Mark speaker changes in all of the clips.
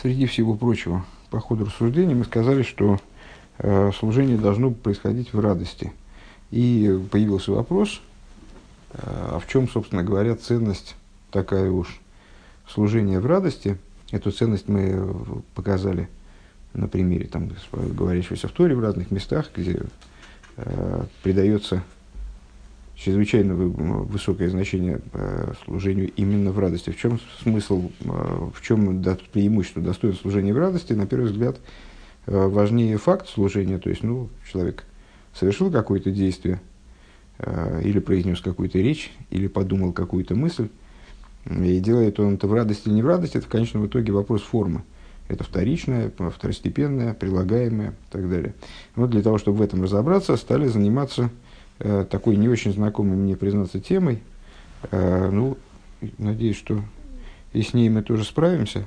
Speaker 1: Среди всего прочего, по ходу рассуждений мы сказали, что служение должно происходить в радости. И появился вопрос, а в чем, собственно говоря, ценность такая уж служения в радости. Эту ценность мы показали на примере говорящегося в Торе в разных местах, где придается чрезвычайно высокое значение служению именно в радости. В чем смысл, в чем преимущество достоинства служения в радости? На первый взгляд, важнее факт служения, то есть человек совершил какое-то действие, или произнес какую-то речь, или подумал какую-то мысль, и делает он это в радости или не в радости, это в конечном итоге вопрос формы. Это вторичное, второстепенное, прилагаемое и так далее. Вот для того, чтобы в этом разобраться, стали заниматься такой не очень знакомой мне, признаться, темой. Надеюсь, что и с ней мы тоже справимся.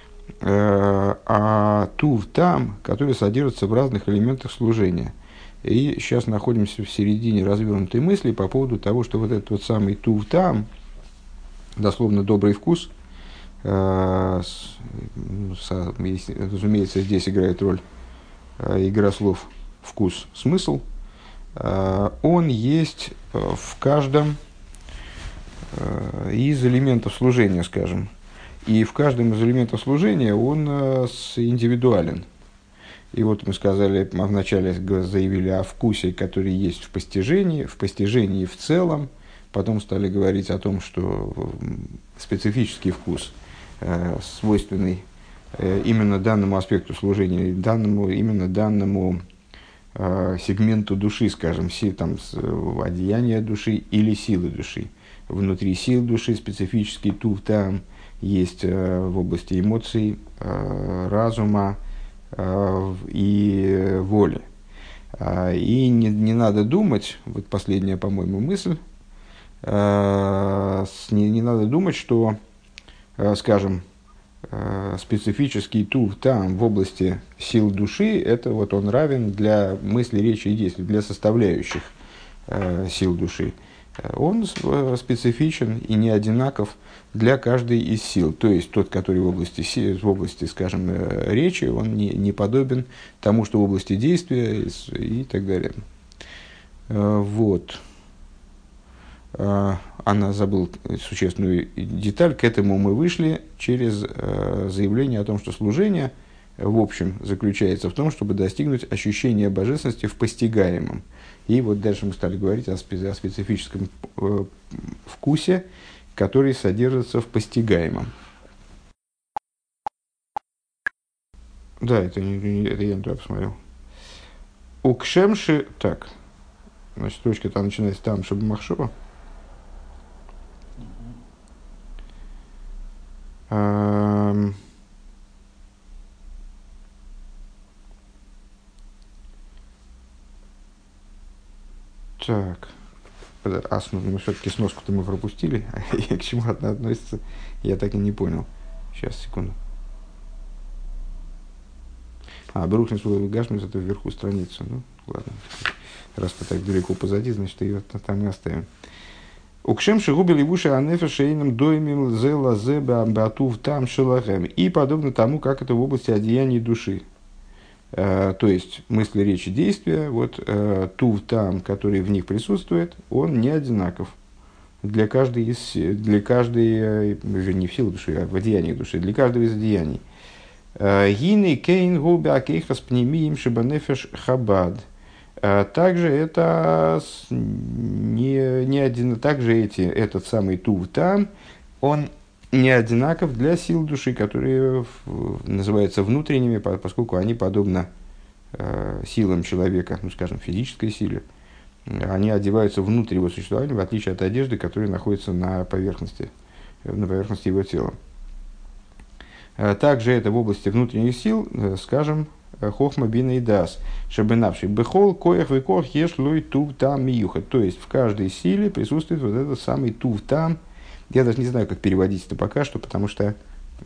Speaker 1: А тув там, который содержится в разных элементах служения. И сейчас находимся в середине развернутой мысли по поводу того, что вот этот вот самый тув там, дословно добрый вкус, разумеется, здесь играет роль игра слов вкус, смысл, он есть в каждом из элементов служения, скажем. И в каждом из элементов служения он индивидуален. И вот мы сказали, вначале заявили о вкусе, который есть в постижении в целом. Потом стали говорить о том, что специфический вкус, свойственный именно данному аспекту служения, именно данному сегменту души, скажем, одеяния души или силы души. Внутри сил души специфический тув там есть в области эмоций, разума и воли. И не надо думать, вот последняя, по-моему, мысль, не надо думать, что, скажем, специфический тув там в области сил души, это вот он равен для мысли, речи и действий, для составляющих сил души. Он специфичен и не одинаков для каждой из сил. То есть тот, который в области, скажем, речи, он не подобен тому, что в области действия и так далее. Вот. Она забыла существенную деталь. К этому мы вышли через заявление о том, что служение, в общем, заключается в том, чтобы достигнуть ощущения божественности в постигаемом. И вот дальше мы стали говорить о специфическом вкусе, который содержится в постигаемом. Да, это я не туда посмотрел. Укшемши, так, значит, строчка там начинается там, чтобы махшова. Так, мы все-таки сноску-то мы пропустили, к чему она относится, я так и не понял. Сейчас, секунду. Брухнин слово Гашмис, это вверху страницы. Ладно, раз мы так далеко позади, значит, ее там и оставим. Укшем шигуби левуша анефа шейном доймим зела зеба батув там шелахем. И подобно тому, как это в области одеяний души. То есть мысли, речи, действия, вот тув там, который в них присутствует, он не одинаков для каждой вернее, в силу души, а в одеяниях души, для каждого из одеяний. Гины кейн губи акейхас пнемиим шибанефеш хабад. Также это не один, также этот самый тув там, он не одинаков для сил души, которые называются внутренними, поскольку они подобно силам человека, скажем, физической силе, они одеваются внутрь его существования, в отличие от одежды, которая находится на поверхности его тела. Также это в области внутренних сил, скажем, хохма бина и дас, шабенавший бехол коях векох еш лой тув там миюха. То есть в каждой силе присутствует вот этот самый тув там. Я даже не знаю, как переводить это пока что, потому что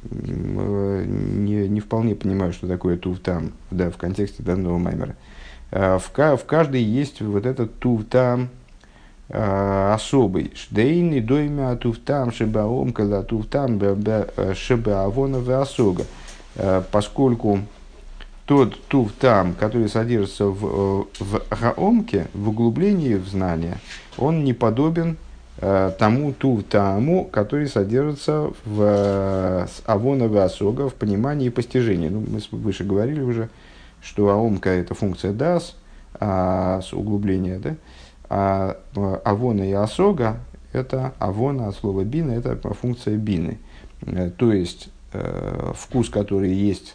Speaker 1: не вполне понимаю, что такое тув там, да, в контексте данного маймера. В каждой есть вот этот тув там особый. Шдейный доймя тув там шебаом, когда тув там шебаавона веасога. поскольку тот тув там, который содержится в гаомке, в углублении в знание, он не подобен тому тув таму, который содержится в авона васога, в понимании и постижении. Ну, мы выше говорили уже, что аомка – это функция дас, с углубления, да? А авона и асога – это авона от слова бина, это функция бины. То есть, вкус, который есть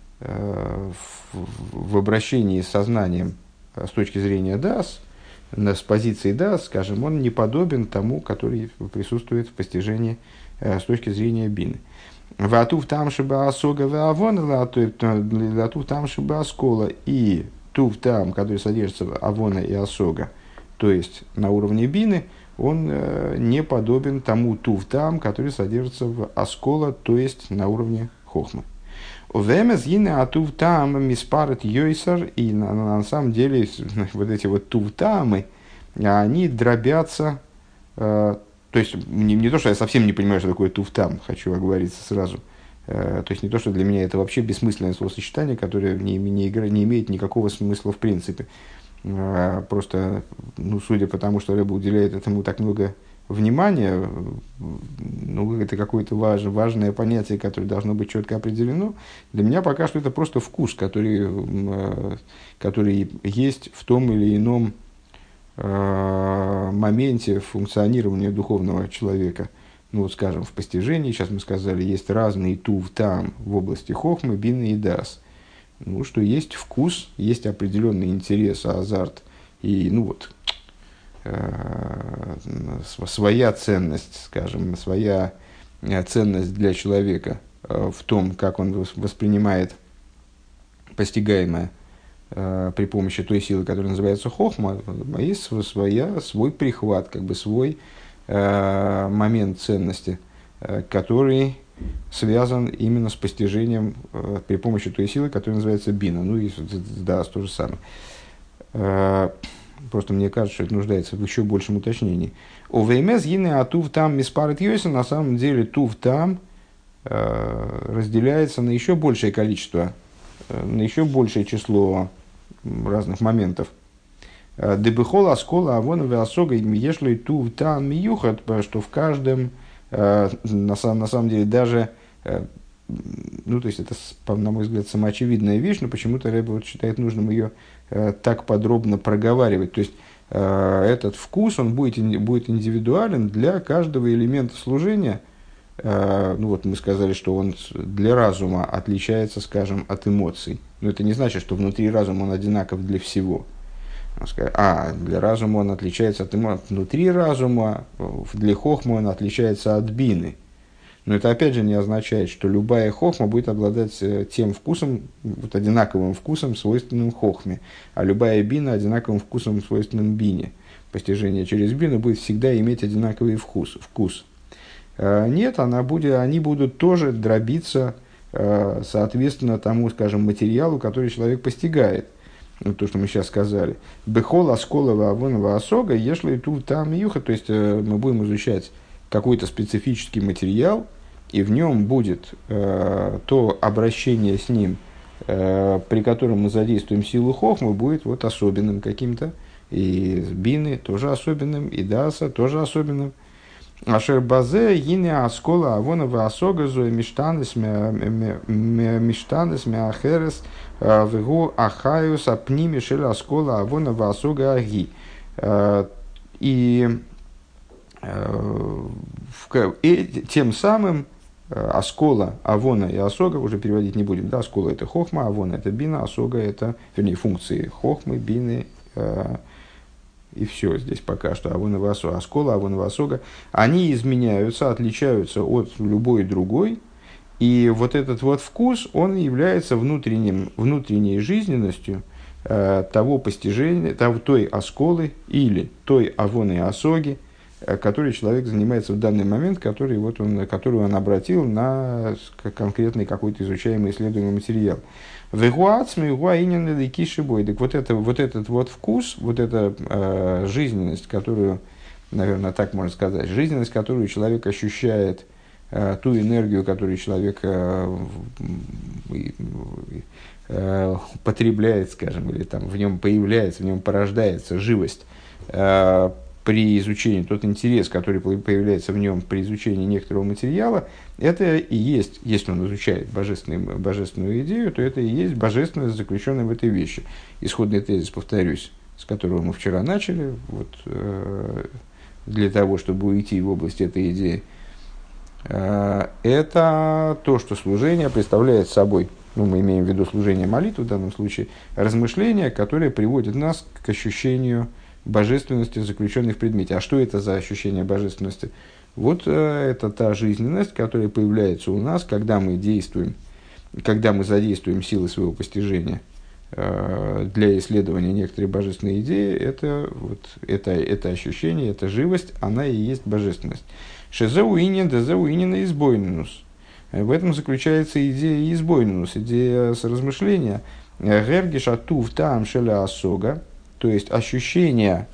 Speaker 1: в обращении с сознанием с точки зрения дас, с позиции дас, скажем, он не подобен тому, который присутствует в постижении с точки зрения бины. Ватув там шиба асога вавона, латув там шиба аскола, и тув там, который содержится в авона и асога, то есть на уровне бины, он не подобен тому тув там, который содержится в аскола, то есть на уровне хохмы. Увемес гине атув там миспарет йойсар, и на самом деле вот эти вот тув тамы, они дробятся, то есть не то, что я совсем не понимаю, что такое тув там, хочу оговориться сразу. То есть не то, что для меня это вообще бессмысленное словосочетание, которое не имеет никакого смысла в принципе. Просто, ну, судя по тому, что Рэбе уделяет этому так много внимания, ну, это какое-то важное понятие, которое должно быть четко определено. Для меня пока что это просто вкус, который есть в том или ином моменте функционирования духовного человека. Ну, вот, скажем, в постижении, сейчас мы сказали, есть разные тув там в области хохмы, бины и дас. Ну, что есть вкус, есть определенный интерес, азарт и, ну вот, своя ценность, скажем, своя ценность для человека в том, как он воспринимает постигаемое при помощи той силы, которая называется хохма, есть свой прихват, как бы свой момент ценности, который связан именно с постижением при помощи той силы, которая называется бина. Ну и да, то же самое. Просто мне кажется, что это нуждается в еще большем уточнении. Овеймес гине атув там миспарет йойса, на самом деле тув там разделяется на еще большее количество, на еще большее число разных моментов. Дебехол аскола авонове асога ешли тув там миюхат, что в каждом, на самом деле, даже, ну, то есть это, на мой взгляд, самоочевидная вещь, но почему-то Рэбе вот считает нужным ее так подробно проговаривать. То есть этот вкус, он будет индивидуален для каждого элемента служения. Ну вот мы сказали, что он для разума отличается, скажем, от эмоций. Но это не значит, что внутри разума он одинаков для всего. Для разума он отличается от эмоций. Внутри разума, для хохмы он отличается от бины. Но это опять же не означает, что любая хохма будет обладать тем вкусом, вот одинаковым вкусом, свойственным хохме, а любая бина одинаковым вкусом, свойственным бине. Постижение через бину будет всегда иметь одинаковый вкус. Нет, они будут тоже дробиться соответственно тому, скажем, материалу, который человек постигает. Вот то, что мы сейчас сказали. Бехол асколова авонова асога, если тут там юха, то есть мы будем изучать какой-то специфический материал, и в нем будет то обращение с ним, при котором мы задействуем силу хохмы, будет вот особенным каким-то, и бины тоже особенным, и даса тоже особенным. Ашер базе гине аскола авонова асога зоя миштанес меахерес вегу ахаюс апни мишель аскола авонова асога аги. И тем самым аскола, авона и асога, уже переводить не будем, да, аскола это хохма, авона это бина, асога это, вернее, функции хохмы, бины, и все здесь пока что, авона васога, аскола, авона васога, они изменяются, отличаются от любой другой, и вот этот вот вкус, он является внутренней жизненностью того постижения, той асколы или той авоны и асоги, который человек занимается в данный момент, которую он обратил на конкретный какой-то изучаемый исследуемый материал. Так вот этот вот вкус, вот эта жизненность, которую, наверное, так можно сказать, жизненность, которую человек ощущает ту энергию, которую человек потребляет, скажем, или там в нем появляется, в нем порождается живость при изучении, тот интерес, который появляется в нем при изучении некоторого материала, это и есть, если он изучает божественную идею, то это и есть божественность, заключенная в этой вещи. Исходный тезис, повторюсь, с которого мы вчера начали, вот, для того, чтобы уйти в область этой идеи, это то, что служение представляет собой, ну, мы имеем в виду служение молитвы в данном случае, размышления, которые приводят нас к ощущению божественности, заключенной в предмете. А что это за ощущение божественности? Вот это та жизненность, которая появляется у нас, когда мы действуем, когда мы задействуем силы своего постижения для исследования некоторой божественной идеи. Это ощущение, эта живость, она и есть божественность. Шезеуинен, дезеуинен и избойненус. В этом заключается идея избойненус, идея размышления. Гергиш атув там шеля асога. То есть ощущение,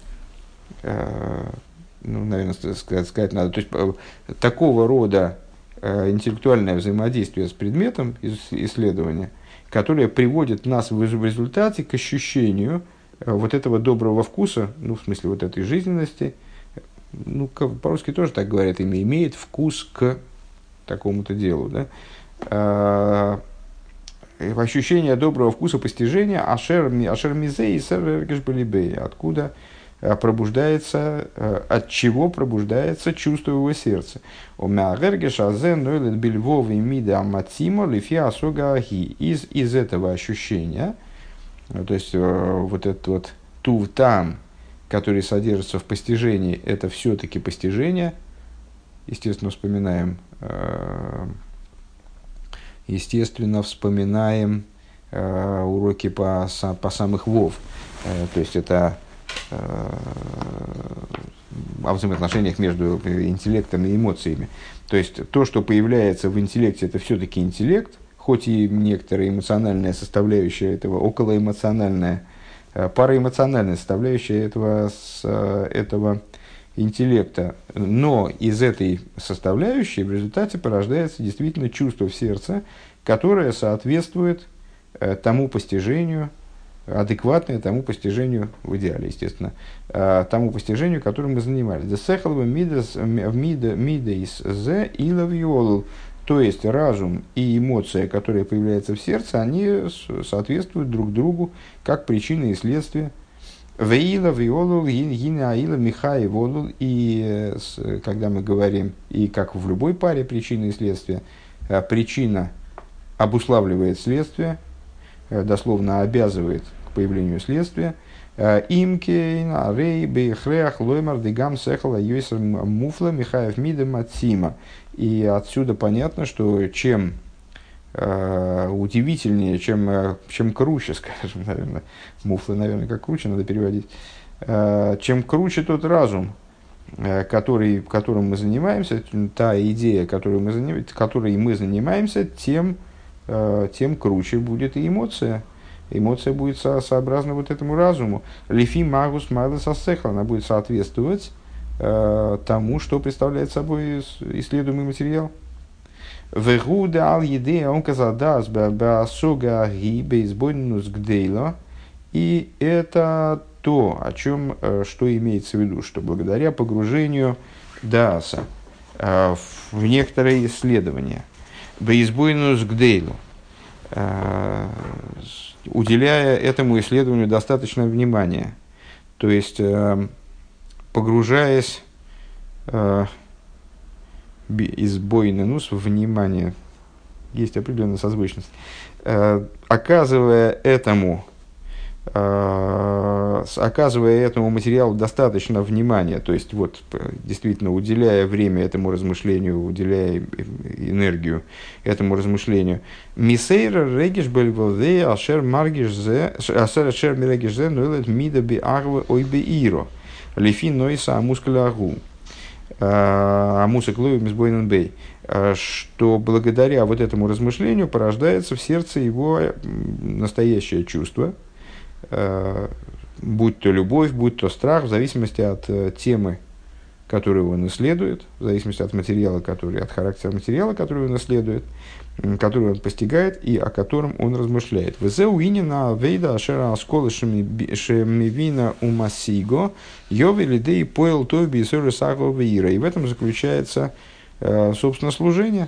Speaker 1: ну, наверное, сказать надо, то есть такого рода интеллектуальное взаимодействие с предметом исследования, которое приводит нас в результате к ощущению вот этого доброго вкуса, ну, в смысле вот этой жизненности, ну, по-русски тоже так говорят, имеет вкус к такому-то делу, да? Ощущение доброго вкуса постижения ашер мизей и сер гешбалибей, откуда пробуждается, от чего пробуждается чувство его сердца. Из этого ощущения, то есть вот этот вот тув там, который содержится в постижении, это все-таки постижение. Естественно, вспоминаем уроки по самых вов. То есть это о взаимоотношениях между интеллектом и эмоциями. То есть то, что появляется в интеллекте, это все-таки интеллект, хоть и некоторая эмоциональная составляющая этого, околоэмоциональная, параэмоциональная составляющая этого интеллекта. Но из этой составляющей в результате порождается действительно чувство в сердце, которое соответствует тому постижению, адекватное тому постижению, в идеале, естественно, тому постижению, которым мы занимались. То есть разум и эмоция, которые появляются в сердце, они соответствуют друг другу как причины и следствия. Веила, виолул, гина, аила, михай, волул. И когда мы говорим, и как в любой паре причины и следствия, причина обуславливает следствие, дословно обязывает к появлению следствия. Имкейн, арей, бейхреах, лоймар, дигам, сехала, йойсер, муфла, михаев, мида, матима. И отсюда понятно, что чем удивительнее, чем круче, скажем, наверное, муфлы, наверное, как круче надо переводить, чем круче тот разум, которым мы занимаемся, та идея, которой мы занимаемся, тем круче будет и эмоция. Эмоция будет сообразна вот этому разуму. Лифи магус майлес асехал, она будет соответствовать тому, что представляет собой исследуемый материал. Вегуда ал едея он казадас беасога гибе избойнус гдейло. И это то, что имеется в виду, что благодаря погружению дааса в некоторые исследования, беизбойнус гдейло, уделяя этому исследованию достаточно внимания, то есть погружаясь избойнус, внимание, есть определенная созвучность, оказывая этому материалу достаточно внимания, то есть вот, действительно уделяя время этому размышлению, уделяя энергию этому размышлению. Мисейра региш бельвове ашер маргиш зе ашер мирегиш зе нойлет мида би арве ой би иро лифи нойса амускалягу амусаклою мисбойнен бей, что благодаря вот этому размышлению порождается в сердце его настоящее чувство, будь то любовь, будь то страх, в зависимости от темы, который он исследует, в зависимости от материала, от характера материала, который он исследует, который он постигает и о котором он размышляет. И в этом заключается, собственно, служение,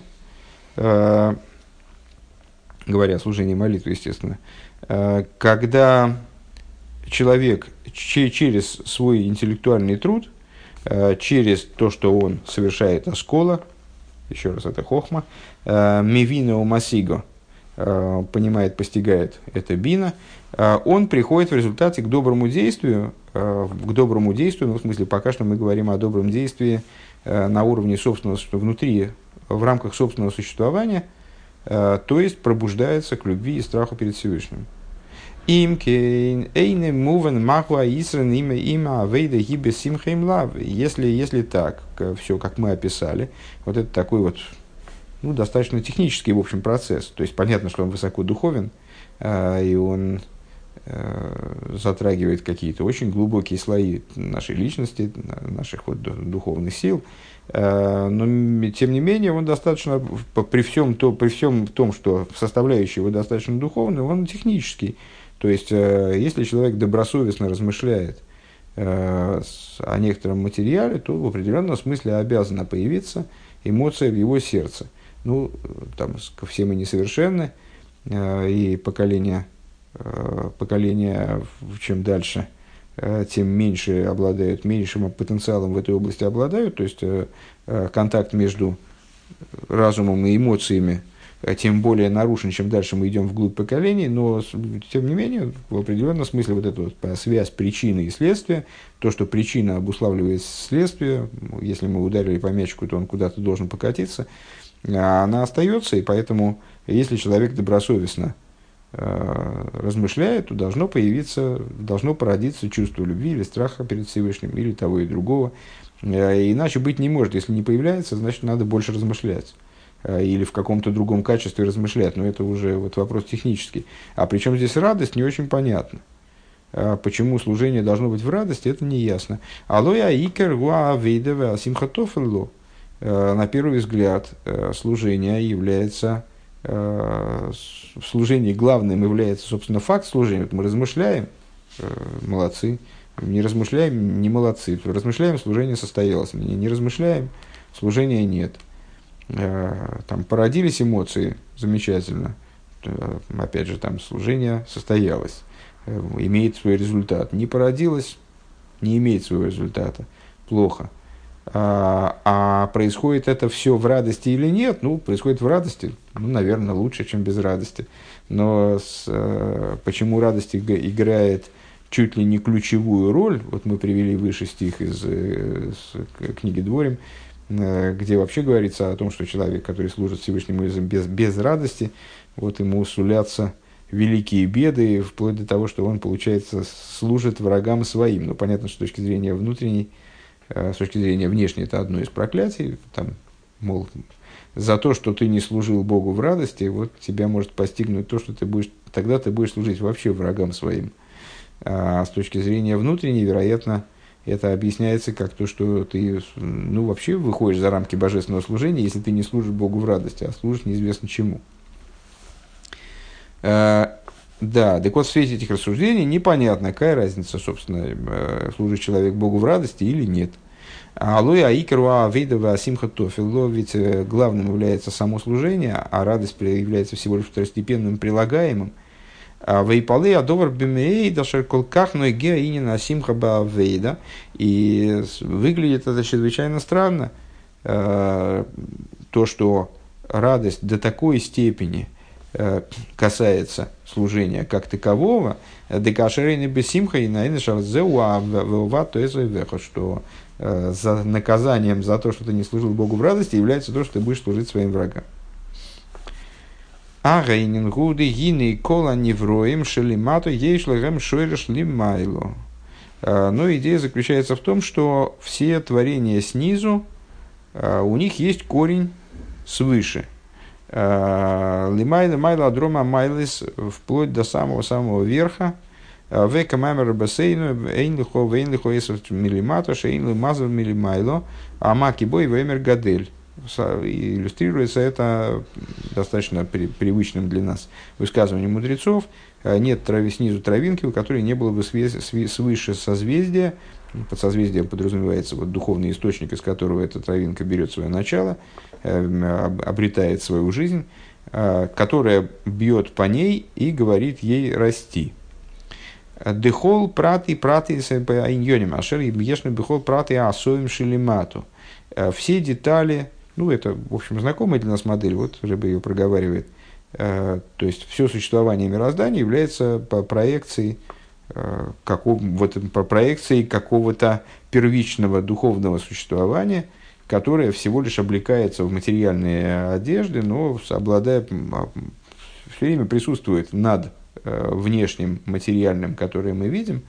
Speaker 1: говоря о служении молитвы, естественно, когда человек через свой интеллектуальный труд, через то, что он совершает аскола, еще раз, это хохма, мивина у масиго, понимает, постигает это бина, он приходит в результате к доброму действию, ну, в смысле, пока что мы говорим о добром действии на уровне собственного, внутри, в рамках собственного существования, то есть пробуждается к любви и страху перед Всевышним. Если так, все, как мы описали, вот это такой вот, ну, достаточно технический, в общем, процесс. То есть понятно, что он высоко духовен, и он затрагивает какие-то очень глубокие слои нашей личности, наших вот духовных сил. Но, тем не менее, он достаточно, при всем том, что составляющий его достаточно духовный, он технический. То есть, если человек добросовестно размышляет о некотором материале, то в определенном смысле обязана появиться эмоция в его сердце. Ну, там, все мы несовершенны, и поколение, чем дальше, тем меньше обладают, меньшим потенциалом в этой области обладают. То есть, контакт между разумом и эмоциями тем более нарушен, чем дальше мы идем вглубь поколений, но, тем не менее, в определенном смысле вот эта вот связь причины и следствия, то, что причина обуславливает следствие, если мы ударили по мячику, то он куда-то должен покатиться, она остается, и поэтому, если человек добросовестно размышляет, то должно породиться чувство любви или страха перед Всевышним, или того и другого. Иначе быть не может. Если не появляется, значит, надо больше размышлять. Или в каком-то другом качестве размышлять, но это уже вот вопрос технический. А причем здесь радость, не очень понятно. Почему служение должно быть в радости, это не ясно. Алоя икер гуавейдеве асимхатофелло. На первый взгляд, служение является, в служении главным является, собственно, факт служения. Вот мы размышляем, молодцы. Не размышляем, не молодцы. Размышляем, служение состоялось. Не размышляем, служения нет. Там породились эмоции, замечательно. Опять же, там служение состоялось, имеет свой результат. Не породилось, не имеет своего результата. Плохо. А происходит это все в радости или нет? Ну, происходит в радости. Ну, наверное, лучше, чем без радости. Но почему радость играет чуть ли не ключевую роль? Вот мы привели выше стих из книги Дворим, где вообще говорится о том, что человек, который служит Всевышнему без радости, вот ему сулятся великие беды, вплоть до того, что он, получается, служит врагам своим. Но понятно, что с точки зрения внутренней, с точки зрения внешней, это одно из проклятий. Там, мол, за то, что ты не служил Богу в радости, вот тебя может постигнуть то, что тогда ты будешь служить вообще врагам своим. А с точки зрения внутренней, вероятно, это объясняется как то, что ты, ну, вообще выходишь за рамки божественного служения, если ты не служишь Богу в радости, а служишь неизвестно чему. Да, так вот, в свете этих рассуждений непонятно, какая разница, собственно, служит человек Богу в радости или нет. Алоя аикеруа вейдова асимха тофило, ведь главным является само служение, а радость является всего лишь второстепенным прилагаемым. Вейпалы адовар бимей дашер колках ной геаинина асимха баавейда. И выглядит это чрезвычайно странно, то, что радость до такой степени касается служения как такового, декашерейны бесимха и наины шарзеуа веува тоэзэвэха, что за наказанием за то, что ты не служил Богу в радости, является то, что ты будешь служить своим врагам. Агайнингуды гины кола невроем шелимато ейшлагам шойреш лимайло. Но идея заключается в том, что все творения снизу, у них есть корень свыше. Лимайла майла адрома майлис, вплоть до самого-самого верха, Века мамер бассейну, эйнлихо эсов милимато, шейнлы мазал милимайло, а маки бой веймер гадель. Иллюстрируется это достаточно привычным для нас высказыванием мудрецов. Нет снизу травинки, у которой не было бы свыше созвездия. Под созвездием подразумевается вот духовный источник, из которого эта травинка берет свое начало, обретает свою жизнь, которая бьет по ней и говорит ей расти. Дехол праты иньоним ашер ебешны бехол праты асоим шелимату. Все детали, ну это в общем знакомая для нас модель, вот Ребе ее проговаривает. То есть все существование мироздания является проекцией проекцией какого-то первичного духовного существования, которое всего лишь облекается в материальные одежды, но обладая, все время присутствует над внешним материальным, которое мы видим,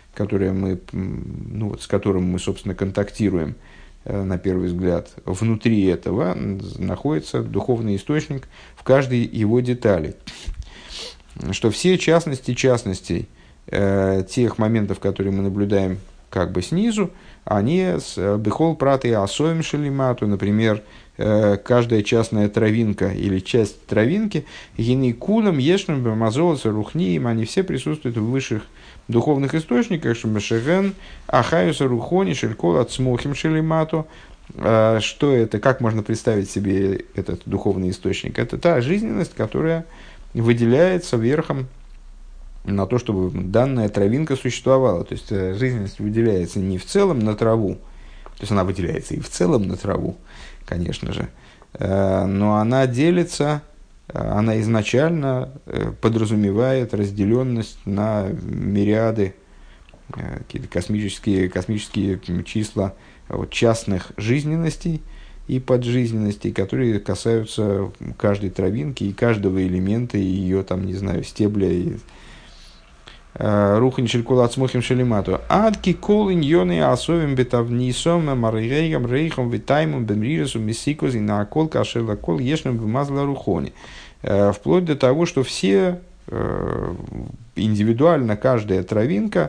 Speaker 1: с которым мы, собственно, контактируем на первый взгляд. Внутри этого находится духовный источник в каждой его детали. Что все частностей тех моментов, которые мы наблюдаем как бы снизу, они с бехол праты асоем шелимату, например, каждая частная травинка или часть травинки, гинейкулам, ешным, бамазолоса, рухниим, они все присутствуют в высших духовных источниках, шемешеген, ахаюса, рухони, шелькол, ацмохим шелимату. Что это, как можно представить себе этот духовный источник? Это та жизненность, которая выделяется верхом на то, чтобы данная травинка существовала. То есть жизненность выделяется не в целом на траву, то есть она выделяется и в целом на траву, конечно же, но она делится, она изначально подразумевает разделенность на мириады, какие-то космические числа частных жизненностей и поджизненностей, которые касаются каждой травинки и каждого элемента ее, там, не знаю, стебля и Рухань шелькула ацмухим шелимату. Адки кол иньоны асовим бетавнисом марейгам рейхом витаймом бемриресу мисикус и на кол кашела кол ешным бемазла рухони. Вплоть до того, что все индивидуально, каждая травинка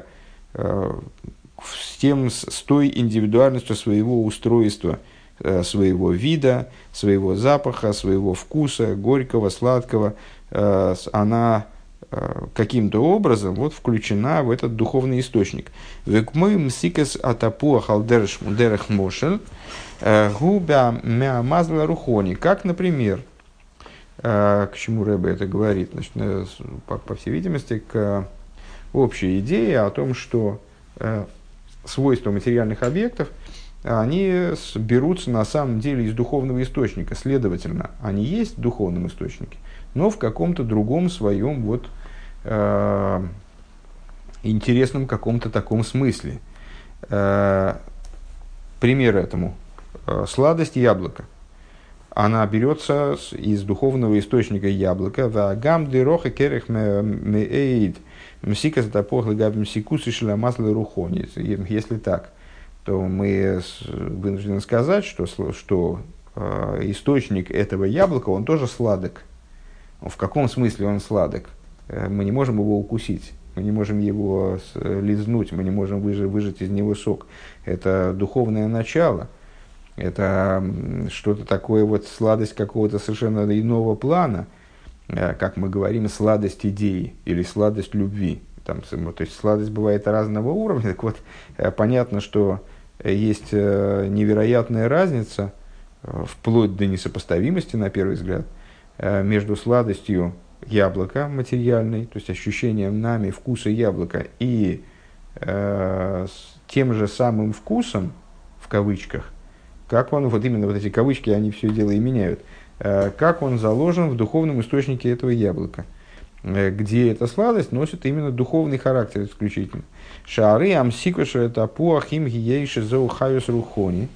Speaker 1: с той индивидуальностью своего устройства, своего вида, своего запаха, своего вкуса, горького, сладкого, она каким-то образом вот включена в этот духовный источник. Векмой мсикас атапуа халдерш мудерах мошель губа мямазла рухони. Как, например, к чему Ребе это говорит? Значит, по всей видимости, к общей идее о том, что свойства материальных объектов, они берутся на самом деле из духовного источника. Следовательно, они есть в духовном источнике, но в каком-то другом своем вот, интересном каком-то таком смысле. Пример этому – сладость яблока. Она берется из духовного источника яблока. «Ваагам дыроха керех меэйд мсикас тапох легаб мсикус и шеламазлы рухони». Если так, то мы вынуждены сказать, что источник этого яблока, он тоже сладок. В каком смысле он сладок? Мы не можем его укусить, мы не можем его лизнуть, мы не можем выжать из него сок. Это духовное начало, это что-то такое, вот сладость какого-то совершенно иного плана, как мы говорим, сладость идеи или сладость любви. То есть сладость бывает разного уровня. Так вот, понятно, что есть невероятная разница, вплоть до несопоставимости, на первый взгляд, между сладостью яблока материальной, то есть ощущением нами вкуса яблока, и тем же самым вкусом, в кавычках, как он, вот именно вот эти кавычки, они все дело и меняют, как он заложен в духовном источнике этого яблока, где эта сладость носит именно духовный характер исключительно. Шары амсикоша тапуа хим гиейши зоу хайос рухони.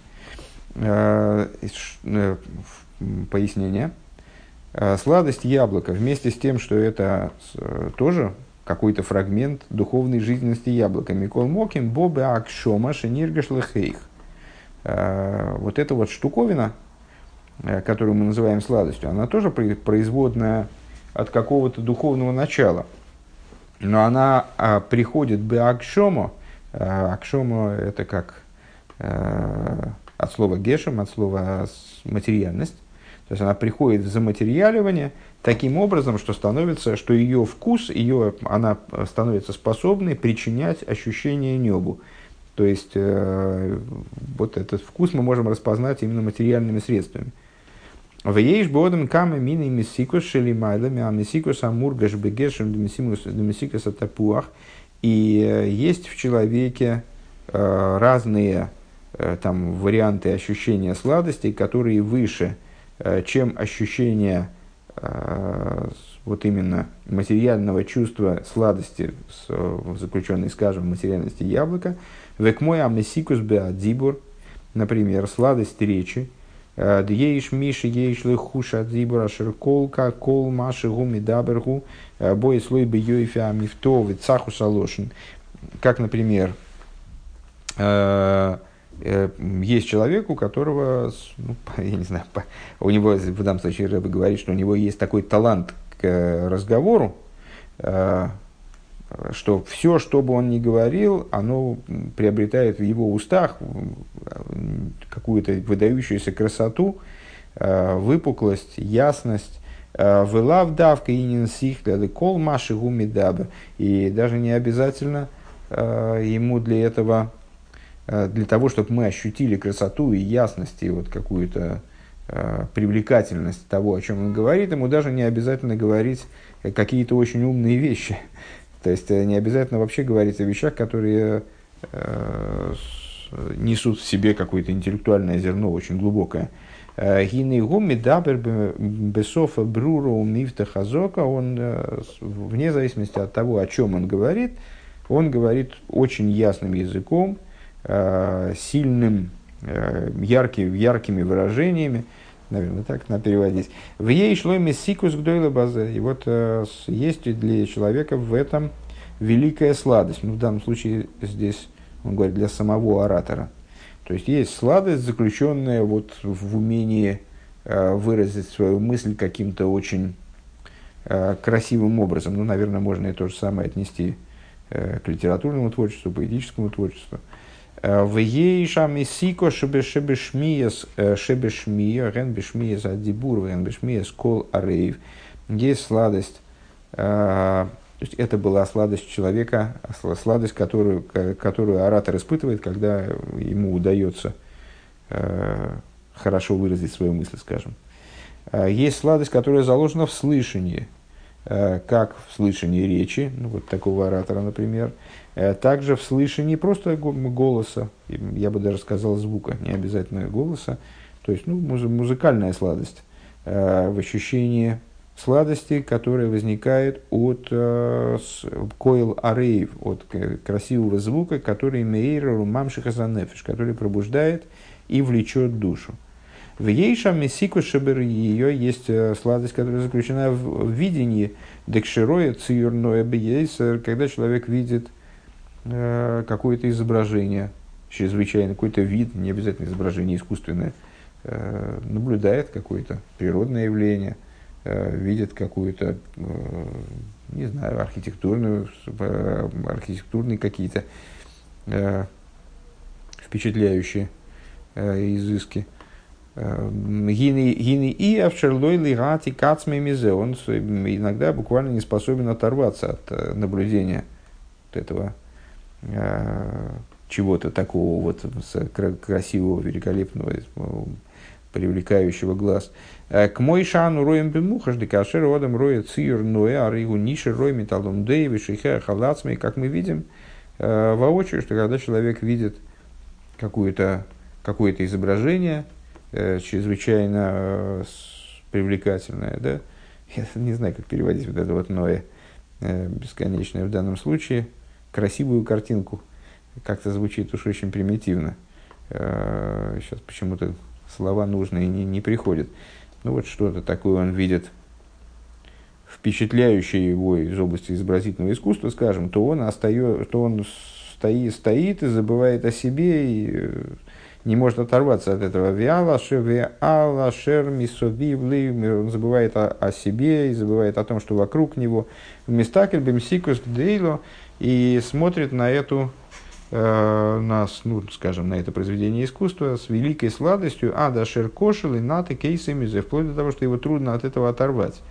Speaker 1: Пояснение. Сладость яблока, вместе с тем, что это тоже какой-то фрагмент духовной жизненности яблока. Микол моким бобе акшома шениргаш лехейх. Вот эта вот штуковина, которую мы называем сладостью, она тоже производная от какого-то духовного начала. но она приходит бы акшому. Акшому это как от слова гешем, от слова материальность. То есть она приходит в заматериаливание таким образом, что становится, что ее вкус, она становится способной причинять ощущение небу. То есть вот этот вкус мы можем распознать именно материальными средствами. Вееш бодом камы мины мисикус шелимайлами, а мисикус амургаш бегешем демисикус атапуах. И есть в человеке разные там варианты ощущения сладостей, которые выше, чем ощущение вот именно материального чувства сладости, заключенной, скажем, в материальности яблока. Век мой амнесикус беадзибур, например, сладость речи. Дьеиш миши еиш лехуша дзибура шерколка кол маши гуми дабергу бой слой бы йоифя мифто вицаху шалошин. Как, например, есть человек, у которого, ну, я не знаю, у него, в данном случае Рэбе говорит, что у него есть такой талант к разговору, что все, что бы он ни говорил, оно приобретает в его устах какую-то выдающуюся красоту, выпуклость, ясность. Вылав давка и нинсихля кол маши гуми даба. И даже не обязательно ему для этого, для того, чтобы мы ощутили красоту и ясность, и вот какую-то привлекательность того, о чем он говорит, ему даже не обязательно говорить какие-то очень умные вещи. То есть не обязательно вообще говорить о вещах, которые несут в себе какое-то интеллектуальное зерно, очень глубокое. Гиней гуми дабер бесофа бруру мифта хазока, он, вне зависимости от того, о чем он говорит очень ясным языком, сильным, яркими выражениями, наверное, так надо переводить. В ей шло мессикус гдойла базе. И вот есть для человека в этом великая сладость. Ну, в данном случае здесь он говорит для самого оратора. То есть есть сладость, заключенная вот в умении выразить свою мысль каким-то очень красивым образом. Ну, наверное, можно и то же самое отнести к литературному творчеству, поэтическому творчеству. В ей шамисико шебешмиес ген бешмиес адибур ген бешмиес кол арейв. Есть сладость. То есть это была сладость человека, сладость, которую оратор испытывает, когда ему удается хорошо выразить свою мысль, скажем. Есть сладость, которая заложена в слышании, как в слышании речи, ну, вот такого оратора, например, также в слышании просто голоса, я бы даже сказал звука, не обязательно голоса, то есть музыкальная сладость, в ощущении сладости, которая возникает от койл арейв, от красивого звука, который мейру мамшиха занефиш, который пробуждает и влечет душу. В ейша месику шебер ее есть сладость, которая заключена в видении декшироя циюрное бейсер, когда человек видит какое-то изображение, чрезвычайно какой-то вид, не обязательно изображение искусственное, наблюдает какое-то природное явление, видит какую-то, не знаю, архитектурные какие-то впечатляющие изыски. Гини и авшерлой лигати кацмей мизе. Он иногда буквально не способен оторваться от наблюдения вот этого чего-то такого вот красивого, великолепного, привлекающего глаз. К мой шану роем бемухаш декашер одам роя циюр ноя аригу ниши рой металлом дэйви шихэ халацмей. Как мы видим воочию, что когда человек видит какое-то изображение чрезвычайно привлекательное, да? Я не знаю, как переводить вот это вот ноя бесконечное в данном случае, красивую картинку, как-то звучит уж очень примитивно. Сейчас почему-то слова нужные не приходят. Ну вот что-то такое он видит, впечатляющее его из области изобразительного искусства, скажем, то он стоит и забывает о себе, не может оторваться от этого. Он забывает о себе и забывает о том, что вокруг него. Мистакель бимсикус дейло, и смотрит на эту, на это произведение искусства с великой сладостью, ада шеркошел и наты кейсами, вплоть до того, что его трудно от этого оторвать.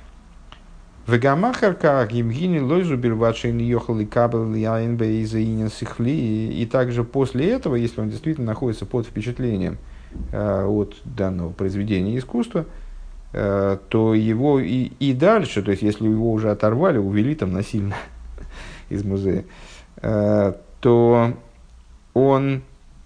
Speaker 1: И также после этого, если он действительно находится под впечатлением от данного произведения искусства, то его и дальше, то есть если его уже оторвали, увели там насильно из музея, то он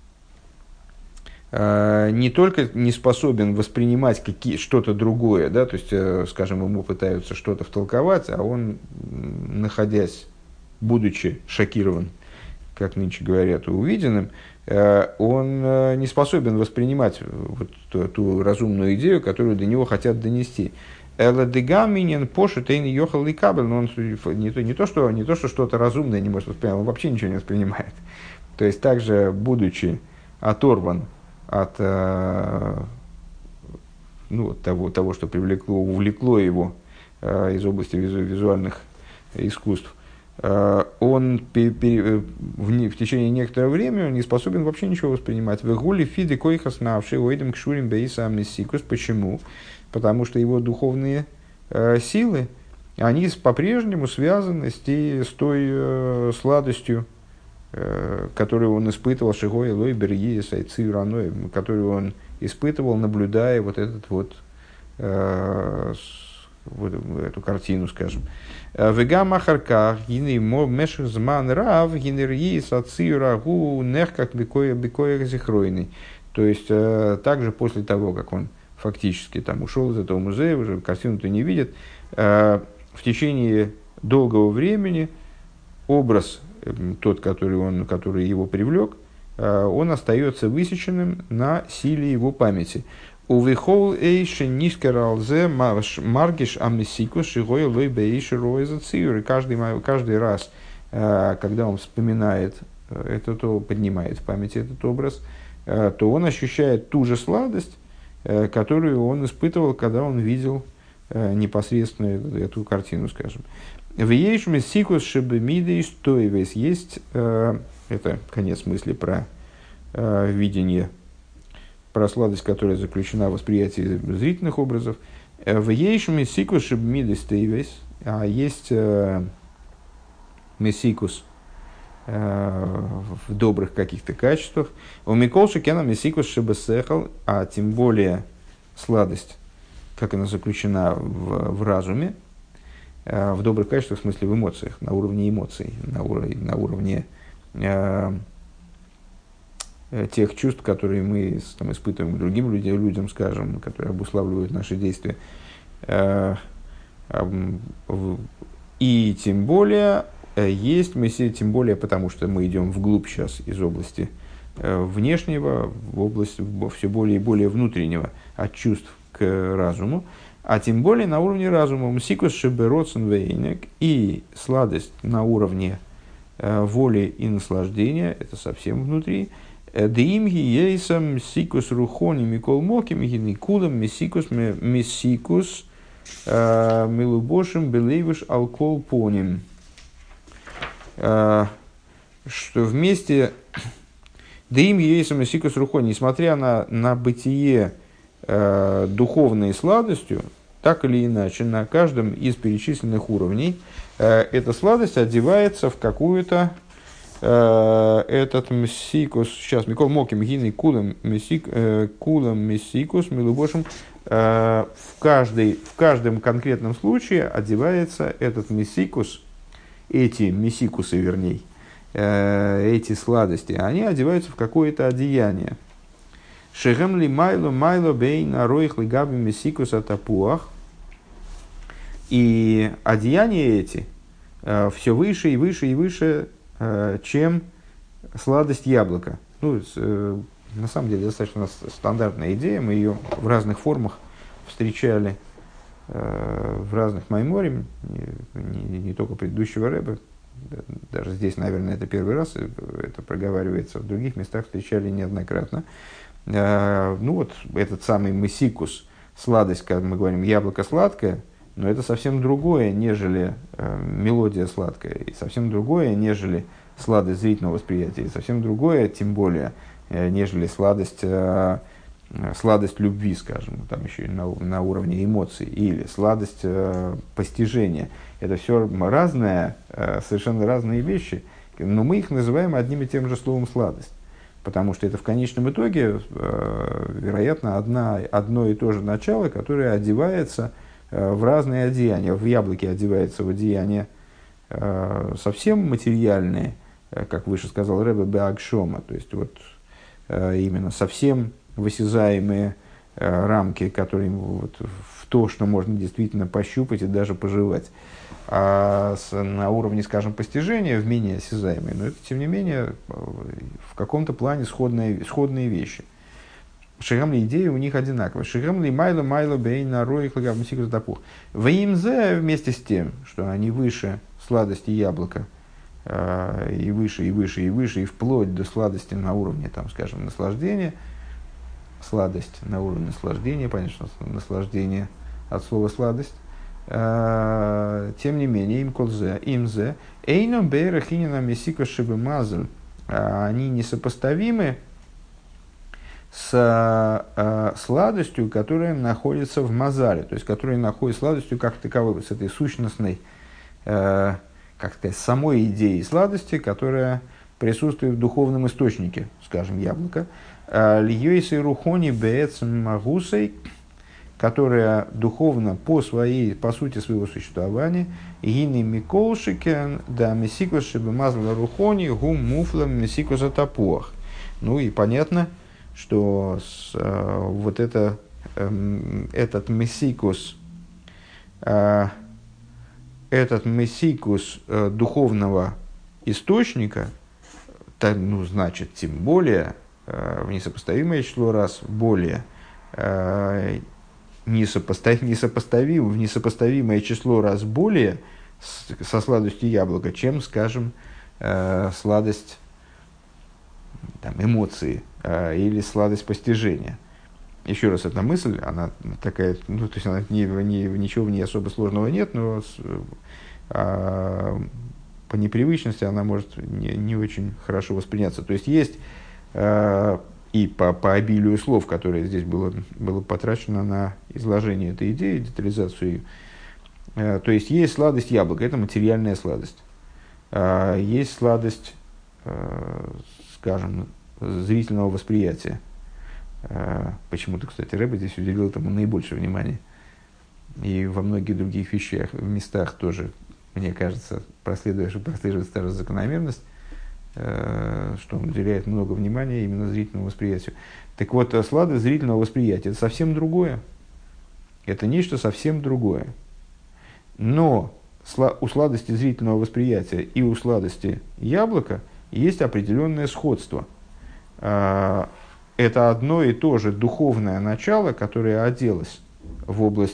Speaker 1: не только не способен воспринимать что-то другое, да, то есть, скажем, ему пытаются что-то втолковать, а он, будучи шокирован, как нынче говорят, увиденным, он не способен воспринимать вот ту разумную идею, которую до него хотят донести. Элладыгаминен пошутейн йохал и кабель, но он не то, что что-то разумное не может воспринимать, он вообще ничего не воспринимает. То есть, также, будучи оторван от того, что увлекло его из области визуальных искусств, он в течение некоторого времени не способен вообще ничего воспринимать. Вегули фиды койхас навши оидем кшурим бейса амнисикус. Почему? Потому что его духовные силы, они по-прежнему связаны с той сладостью, которую он испытывал, шигой лой берги сайцы раной, которую он испытывал, наблюдая вот эту картину, скажем. Вега махарка гины мешах зман рав гинерги сацию рагу нех как бекоях зихройный. То есть также после того, как он фактически там ушел из этого музея, уже картину-то не видит, в течение долгого времени образ тот, который его привлек, он остается высеченным на силе его памяти. Увихол эйши нишкералзе маргиш амисикус шигой лой бейши роиза циюр. И каждый раз, когда он вспоминает поднимает в памяти этот образ, то он ощущает ту же сладость, которую он испытывал, когда он видел непосредственно эту картину, скажем. В ейшме сикус шебемиды стоивес есть, это конец мысли про видение, про сладость, которая заключена в восприятии зрительных образов. В ейшме сикус шебемиды стоивес, а есть месикус в добрых каких-то качествах. У Миколши кена месикус шебесехал, а тем более сладость, как она заключена в разуме, в добрых качествах, в смысле в эмоциях, на уровне эмоций, на уровне тех чувств, которые мы там испытываем к другим людям, скажем, которые обуславливают наши действия. И тем более есть мессия, тем более потому, что мы идем вглубь сейчас из области внешнего в область все более и более внутреннего, от чувств к разуму. А тем более на уровне разума мсикус шебероцен вейнек, и сладость на уровне воли и наслаждения, это совсем внутри. Деимги ейсам мсикус рухони микол моким гиникулам мсикус милубошим белейвыш алкол поним. Что вместе деимги ейсам мсикус рухони, несмотря на бытие духовной сладостью, так или иначе, на каждом из перечисленных уровней эта сладость одевается в какую-то этот месикус, сейчас Микол Моким гины кулам месикус милубошим, в каждом конкретном случае одевается этот месикус, эти месикусы, вернее, эти сладости, они одеваются в какое-то одеяние. Шехем ли майло бейна роих лигаби месикус атапуах. И одеяния эти все выше и выше и выше, чем сладость яблока. На самом деле, достаточно стандартная идея. Мы ее в разных формах встречали в разных майморим, не только предыдущего рэба, даже здесь, наверное, это первый раз это проговаривается, в других местах встречали неоднократно. Ну вот этот самый месикус, сладость, как мы говорим, яблоко сладкое, но это совсем другое, нежели мелодия сладкая, и совсем другое, нежели сладость зрительного восприятия, и совсем другое, тем более, нежели сладость любви, скажем, там еще и на уровне эмоций, или сладость постижения. Это все разное, совершенно разные вещи, но мы их называем одним и тем же словом сладость. Потому что это в конечном итоге, вероятно, одно и то же начало, которое одевается в разные одеяния. В яблоке одевается в одеяния совсем материальные, как выше сказал Ребе, беагшома, то есть вот именно совсем высязаемые рамки, которые вот, в то, что можно действительно пощупать и даже пожевать. А на уровне, скажем, постижения, в менее осязаемые, но это, тем не менее, в каком-то плане сходные вещи. Шигамли идеи у них одинаковые. Шигамли майло бейна роих лагамсикус тапух. Ваимзе вместе с тем, что они выше сладости яблока, и выше, и выше, и выше, и вплоть до сладости на уровне, там, скажем, наслаждения. Сладость на уровне наслаждения, понятно, что наслаждение от слова сладость. Тем не менее, имзе, эйном бейрахинина месика шибемазл, они несопоставимы с сладостью, которая находится в мазале, то есть которая находится сладостью как таковой, с этой сущностной, как сказать, самой идеей сладости, которая присутствует в духовном источнике, скажем, яблоко. Льёйсей рухони бээцем магусей, которая духовно по сути своего существования, гини миколшикен да месикус шебемазла рухони гум муфлам месикуса тапуах. Ну и понятно, что вот этот месикус, духовного источника, так, ну, значит, тем более, в несопоставимое число раз более, в несопоставимое число раз более со сладостью яблока, чем, скажем, сладость там, эмоции или сладость постижения. Еще раз, эта мысль, она такая, ну, то есть она ничего в ней особо сложного нет, но по непривычности она может не очень хорошо восприняться. То есть есть и по обилию слов, которые здесь было потрачено на изложение этой идеи, детализацию. То есть есть сладость яблока, это материальная сладость. Есть сладость, скажем, зрительного восприятия. Почему-то, кстати, Рэбе здесь уделил этому наибольшее внимание. И во многих других вещах, в местах тоже, мне кажется, прослеживается та же закономерность, что он уделяет много внимания именно зрительному восприятию. Так вот, сладость зрительного восприятия – это совсем другое. Это нечто совсем другое. Но у сладости зрительного восприятия и у сладости яблока есть определенное сходство. Это одно и то же духовное начало, которое оделось в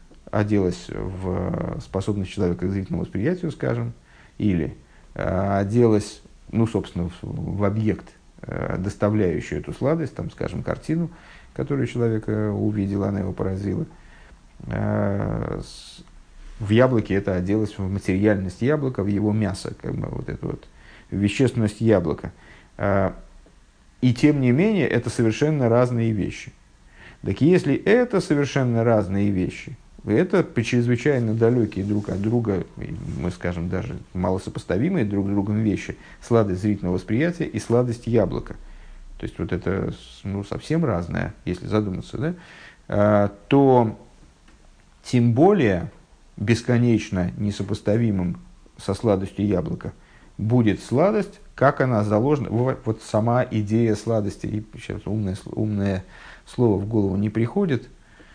Speaker 1: способность человека к зрительному восприятию, скажем, или оделось, ну, собственно, в объект, доставляющий эту сладость, там, скажем, картину, которую человек увидел, она его поразила. В яблоке это оделось в материальность яблока, в его мясо, как бы вот эту вот вещественность яблока. И тем не менее, это совершенно разные вещи. Так если это совершенно разные вещи, это чрезвычайно далекие друг от друга, мы скажем, даже малосопоставимые друг с другом вещи, сладость зрительного восприятия и сладость яблока. То есть, вот это, ну, совсем разное, если задуматься, да? То тем более бесконечно несопоставимым со сладостью яблока будет сладость, как она заложена, вот сама идея сладости, и сейчас умное слово в голову не приходит,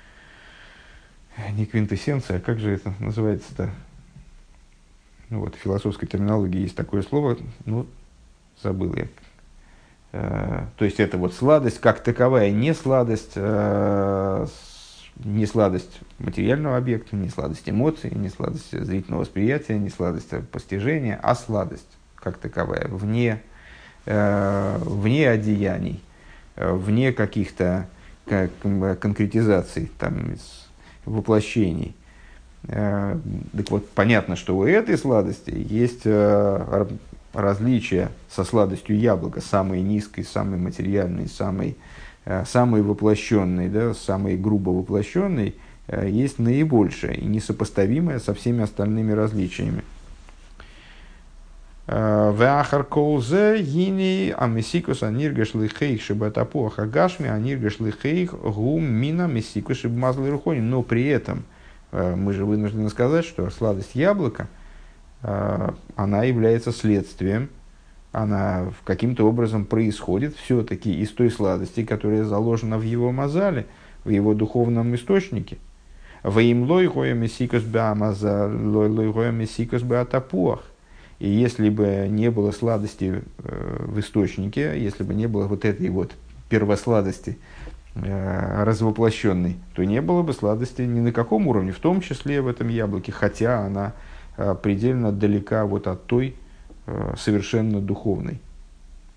Speaker 1: не квинтэссенция, а как же это называется-то? Ну, вот, в философской терминологии есть такое слово, ну, забыл я. То есть, это вот сладость как таковая, не сладость материального объекта, не сладость эмоций, не сладость зрительного восприятия, не сладость постижения, а сладость. как таковая, вне одеяний, вне каких-то конкретизаций, там, воплощений. Так вот, понятно, что у этой сладости есть различия со сладостью яблока, самой низкой, самой материальной, самой воплощенной, да, самой грубо воплощенной, есть наибольшее и несопоставимое со всеми остальными различиями. Веахар колзе гини амесикус аниргаш лихейх шибатапуах агашми аниргаш лихейх гум мина месикус шибмазлы рухони. Но при этом мы же вынуждены сказать, что сладость яблока, она является следствием, она каким-то образом происходит все-таки из той сладости, которая заложена в его мазале, в его духовном источнике. Ваимлой гоя месикус беамаза, лой гоя месикус беатапуах. И если бы не было сладости в источнике, если бы не было вот этой вот первосладости развоплощенной, то не было бы сладости ни на каком уровне, в том числе в этом яблоке, хотя она предельно далека вот от той совершенно духовной.